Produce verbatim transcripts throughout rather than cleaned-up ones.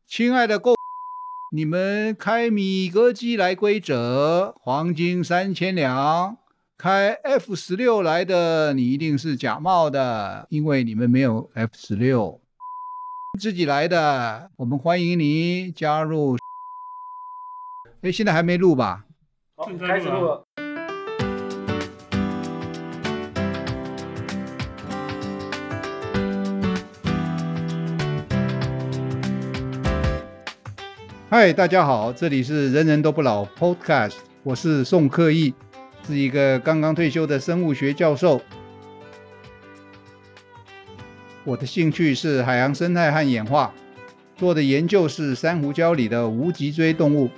亲爱的购，你们开米格机来规则，黄金三千两。开 F 十六 来的，你一定是假冒的，因为你们没有 F 十六。自己来的，我们欢迎你加入。哎，现在还没录吧？ 好，开始录了。 嗨，大家好，这里是人人都不老 Podcast， 我是宋克义，是一个刚刚退休的生物学教授。我的兴趣是海洋生态和演化，做的研究是珊瑚礁里的无脊椎动物。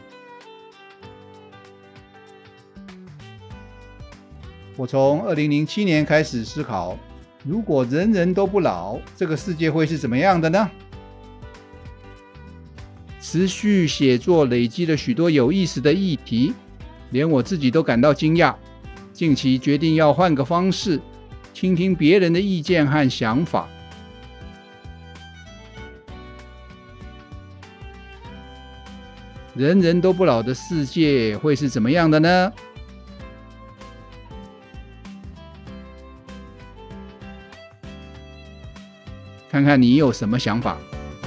我从二零零七年开始思考，如果人人都不老，这个世界会是怎么样的呢？持续写作累积了许多有意思的议题，连我自己都感到惊讶。近期决定要换个方式，听听别人的意见和想法。人人都不老的世界会是怎么样的呢？看看你有什么想法。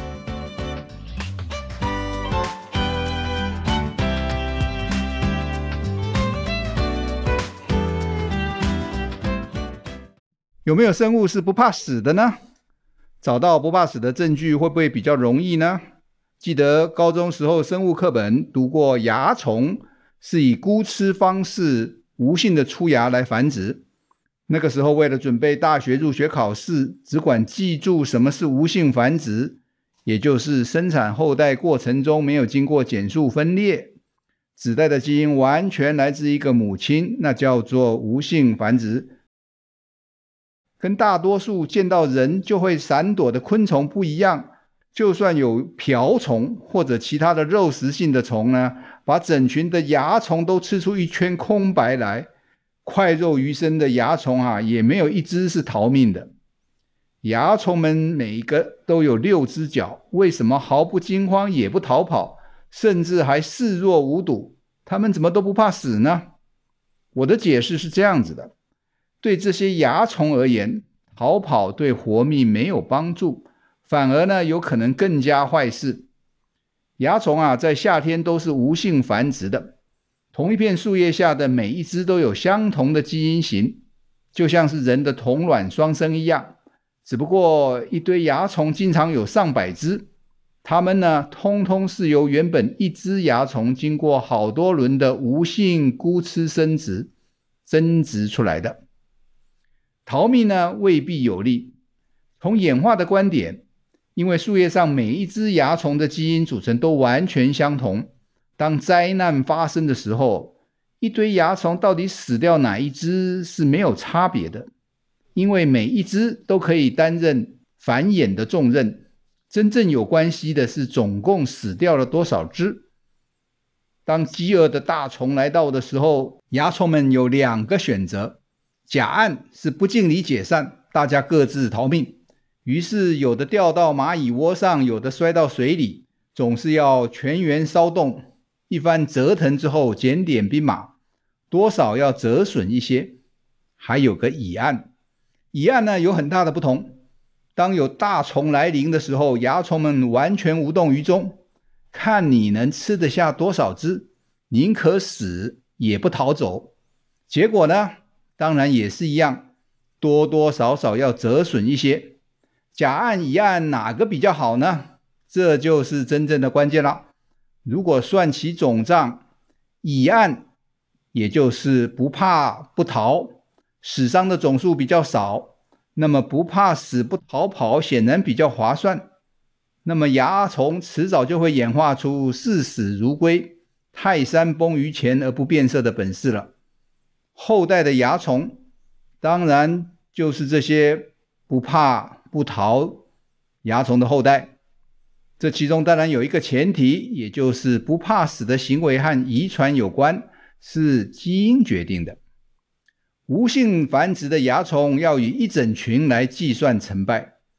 有没有生物是不怕死的呢？找到不怕死的证据会不会比较容易呢？记得高中时候生物课本读过蚜虫是以孤吃方式无性的出芽来繁殖。那个时候为了准备大学入学考试，只管记住什么是无性繁殖，也就是生产后代过程中没有经过减数分裂，子代的基因完全来自一个母亲，那叫做无性繁殖。跟大多数见到人就会闪躲的昆虫不一样，就算有瓢虫或者其他的肉食性的虫呢，把整群的蚜虫都吃出一圈空白来，块肉余生的蚜虫啊，也没有一只是逃命的。蚜虫们每一个都有六只脚，为什么毫不惊慌也不逃跑，甚至还视若无睹？它们怎么都不怕死呢？我的解释是这样子的。对这些蚜虫而言，逃跑对活命没有帮助，反而呢有可能更加坏事。蚜虫啊，在夏天都是无性繁殖的，同一片树叶下的每一只都有相同的基因型，就像是人的同卵双生一样。只不过一堆蚜虫经常有上百只，它们呢，通通是由原本一只蚜虫经过好多轮的无性孤雌生殖增殖出来的。逃命呢未必有利。从演化的观点，因为树叶上每一只蚜虫的基因组成都完全相同，当灾难发生的时候，一堆蚜虫到底死掉哪一只是没有差别的，因为每一只都可以担任繁衍的重任，真正有关系的是总共死掉了多少只。当饥饿的大虫来到的时候，蚜虫们有两个选择，甲案是不尽力解散，大家各自逃命，于是有的掉到蚂蚁窝上，有的摔到水里，总是要全员骚动，一番折腾之后检点兵马，多少要折损一些。还有个乙案，乙案呢有很大的不同，当有大虫来临的时候，蚜虫们完全无动于衷，看你能吃得下多少只，宁可死也不逃走。结果呢当然也是一样，多多少少要折损一些。甲案乙案哪个比较好呢？这就是真正的关键了。如果算起总账，乙案也就是不怕不逃，死伤的总数比较少，那么不怕死不逃跑显然比较划算。那么蚜虫迟早就会演化出视死如归、泰山崩于前而不变色的本事了。后代的蚜虫当然就是这些不怕不逃蚜虫的后代，这其中当然有一个前提，也就是不怕死的行为和遗传有关，是基因决定的。无性繁殖的蚜虫要以一整群来计算成败，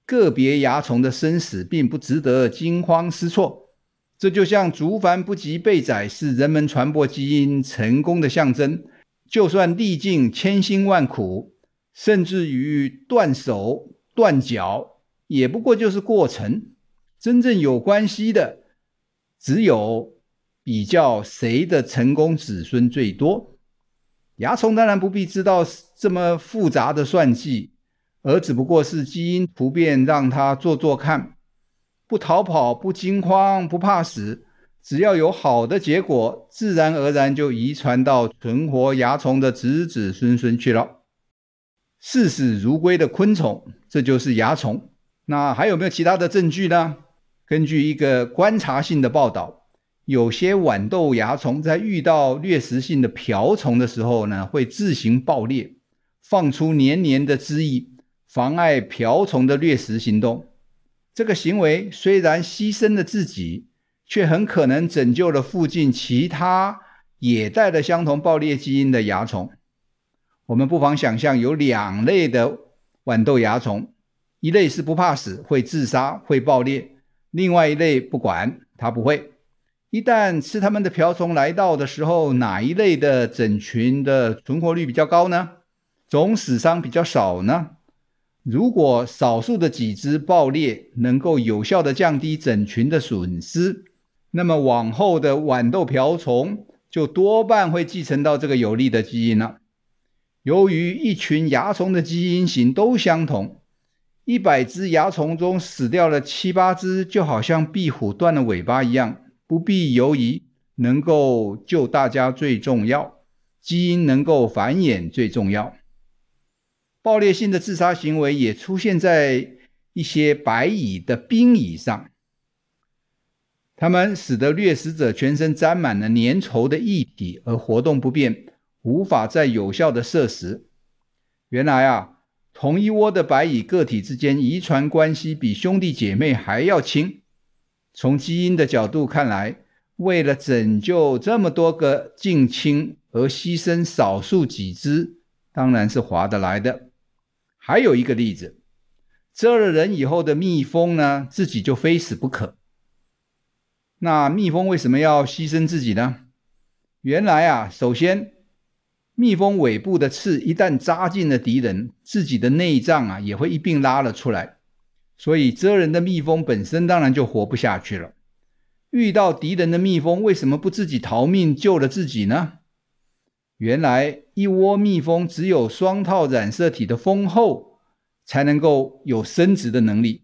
个别蚜虫的生死并不值得惊慌失措。这就像竹繁不及被宰是人们传播基因成功的象征，就算历尽千辛万苦，甚至于断手断脚，也不过就是过程。真正有关系的只有比较谁的成功子孙最多。蚜虫当然不必知道这么复杂的算计，而只不过是基因突变让它做做看，不逃跑，不惊慌，不怕死，只要有好的结果，自然而然就遗传到存活蚜虫的子子孙孙去了。视死如归的昆虫，这就是蚜虫。那还有没有其他的证据呢？根据一个观察性的报道，有些豌豆蚜虫在遇到掠食性的瓢虫的时候呢，会自行爆裂，放出黏黏的汁液，妨碍瓢虫的掠食行动。这个行为虽然牺牲了自己，却很可能拯救了附近其他也带了相同爆裂基因的蚜虫。我们不妨想象有两类的豌豆蚜虫，一类是不怕死，会自杀，会爆裂，另外一类不管，它不会。一旦吃它们的瓢虫来到的时候，哪一类的整群的存活率比较高呢？总死伤比较少呢？如果少数的几只爆裂能够有效地降低整群的损失，那么往后的豌豆瓢虫就多半会继承到这个有利的基因了。由于一群蚜虫的基因型都相同，一百只蚜虫中死掉了七八只，就好像壁虎断了尾巴一样，不必犹疑，能够救大家最重要，基因能够繁衍最重要。爆裂性的自杀行为也出现在一些白蚁的兵蚁上，它们使得掠食者全身沾满了粘稠的液体而活动不便，无法再有效的摄食。原来啊，同一窝的白蚁个体之间遗传关系比兄弟姐妹还要亲。从基因的角度看来，为了拯救这么多个近亲而牺牲少数几只，当然是划得来的。还有一个例子，蛰了人以后的蜜蜂呢，自己就非死不可。那蜜蜂为什么要牺牲自己呢？原来啊，首先蜜蜂尾部的刺一旦扎进了敌人，自己的内脏啊也会一并拉了出来，所以蛰人的蜜蜂本身当然就活不下去了。遇到敌人的蜜蜂为什么不自己逃命救了自己呢？原来一窝蜜蜂只有双套染色体的蜂后才能够有生殖的能力，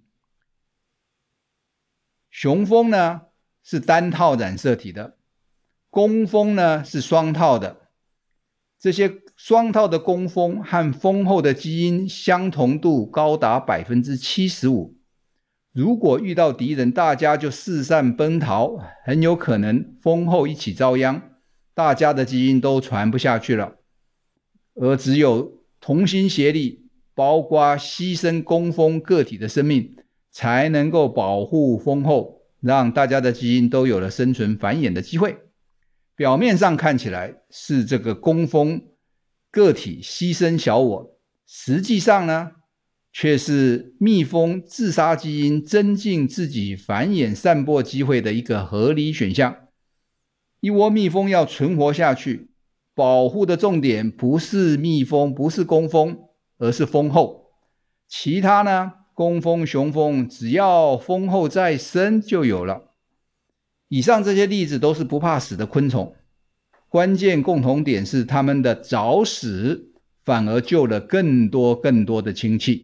雄蜂呢是单套染色体的，工蜂呢是双套的。这些双套的工蜂和蜂后的基因相同度高达 百分之七十五， 如果遇到敌人，大家就四散奔逃，很有可能蜂后一起遭殃，大家的基因都传不下去了。而只有同心协力，包括牺牲工蜂个体的生命，才能够保护蜂后，让大家的基因都有了生存繁衍的机会。表面上看起来是这个工蜂个体牺牲小我，实际上呢，却是蜜蜂自杀基因增进自己繁衍散播机会的一个合理选项。一窝蜜蜂要存活下去，保护的重点不是蜜蜂，不是工蜂，而是蜂后。其他呢，工蜂、雄蜂，只要蜂后再生就有了。以上这些例子都是不怕死的昆虫，关键共同点是它们的早死反而救了更多更多的亲戚。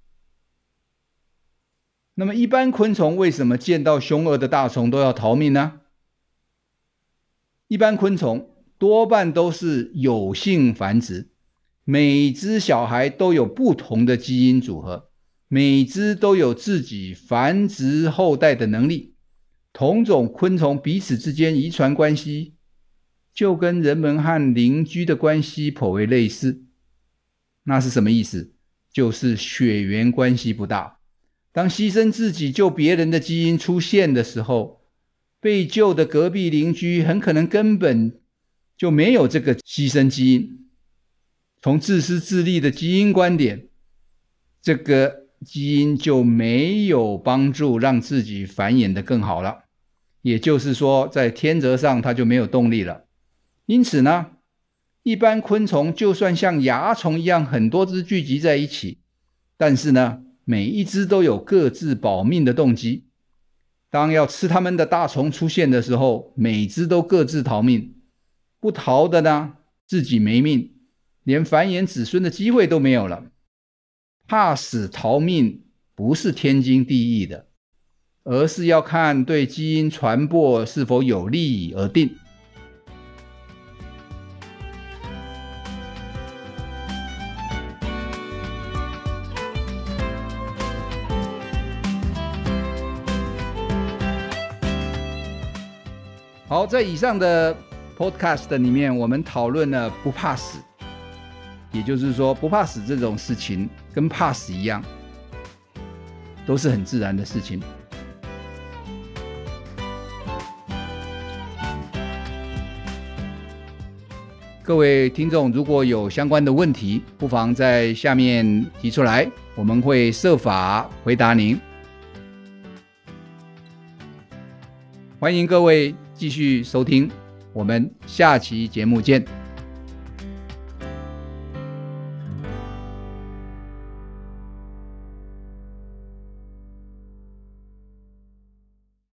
那么一般昆虫为什么见到凶恶的大虫都要逃命呢？一般昆虫多半都是有性繁殖，每只小孩都有不同的基因组合，每只都有自己繁殖后代的能力。同种昆虫彼此之间遗传关系就跟人们和邻居的关系颇为类似。那是什么意思？就是血缘关系不大。当牺牲自己救别人的基因出现的时候，被救的隔壁邻居很可能根本就没有这个牺牲基因。从自私自利的基因观点，这个基因就没有帮助让自己繁衍得更好了，也就是说在天择上它就没有动力了。因此呢，一般昆虫就算像蚜虫一样很多只聚集在一起，但是呢，每一只都有各自保命的动机。当要吃它们的大虫出现的时候，每只都各自逃命，不逃的呢，自己没命，连繁衍子孙的机会都没有了。怕死逃命不是天经地义的，而是要看对基因传播是否有利而定。好，在以上的 podcast 里面，我们讨论了不怕死，也就是说，不怕死这种事情跟怕死一样，都是很自然的事情。各位听众，如果有相关的问题，不妨在下面提出来，我们会设法回答您。欢迎各位继续收听，我们下期节目见。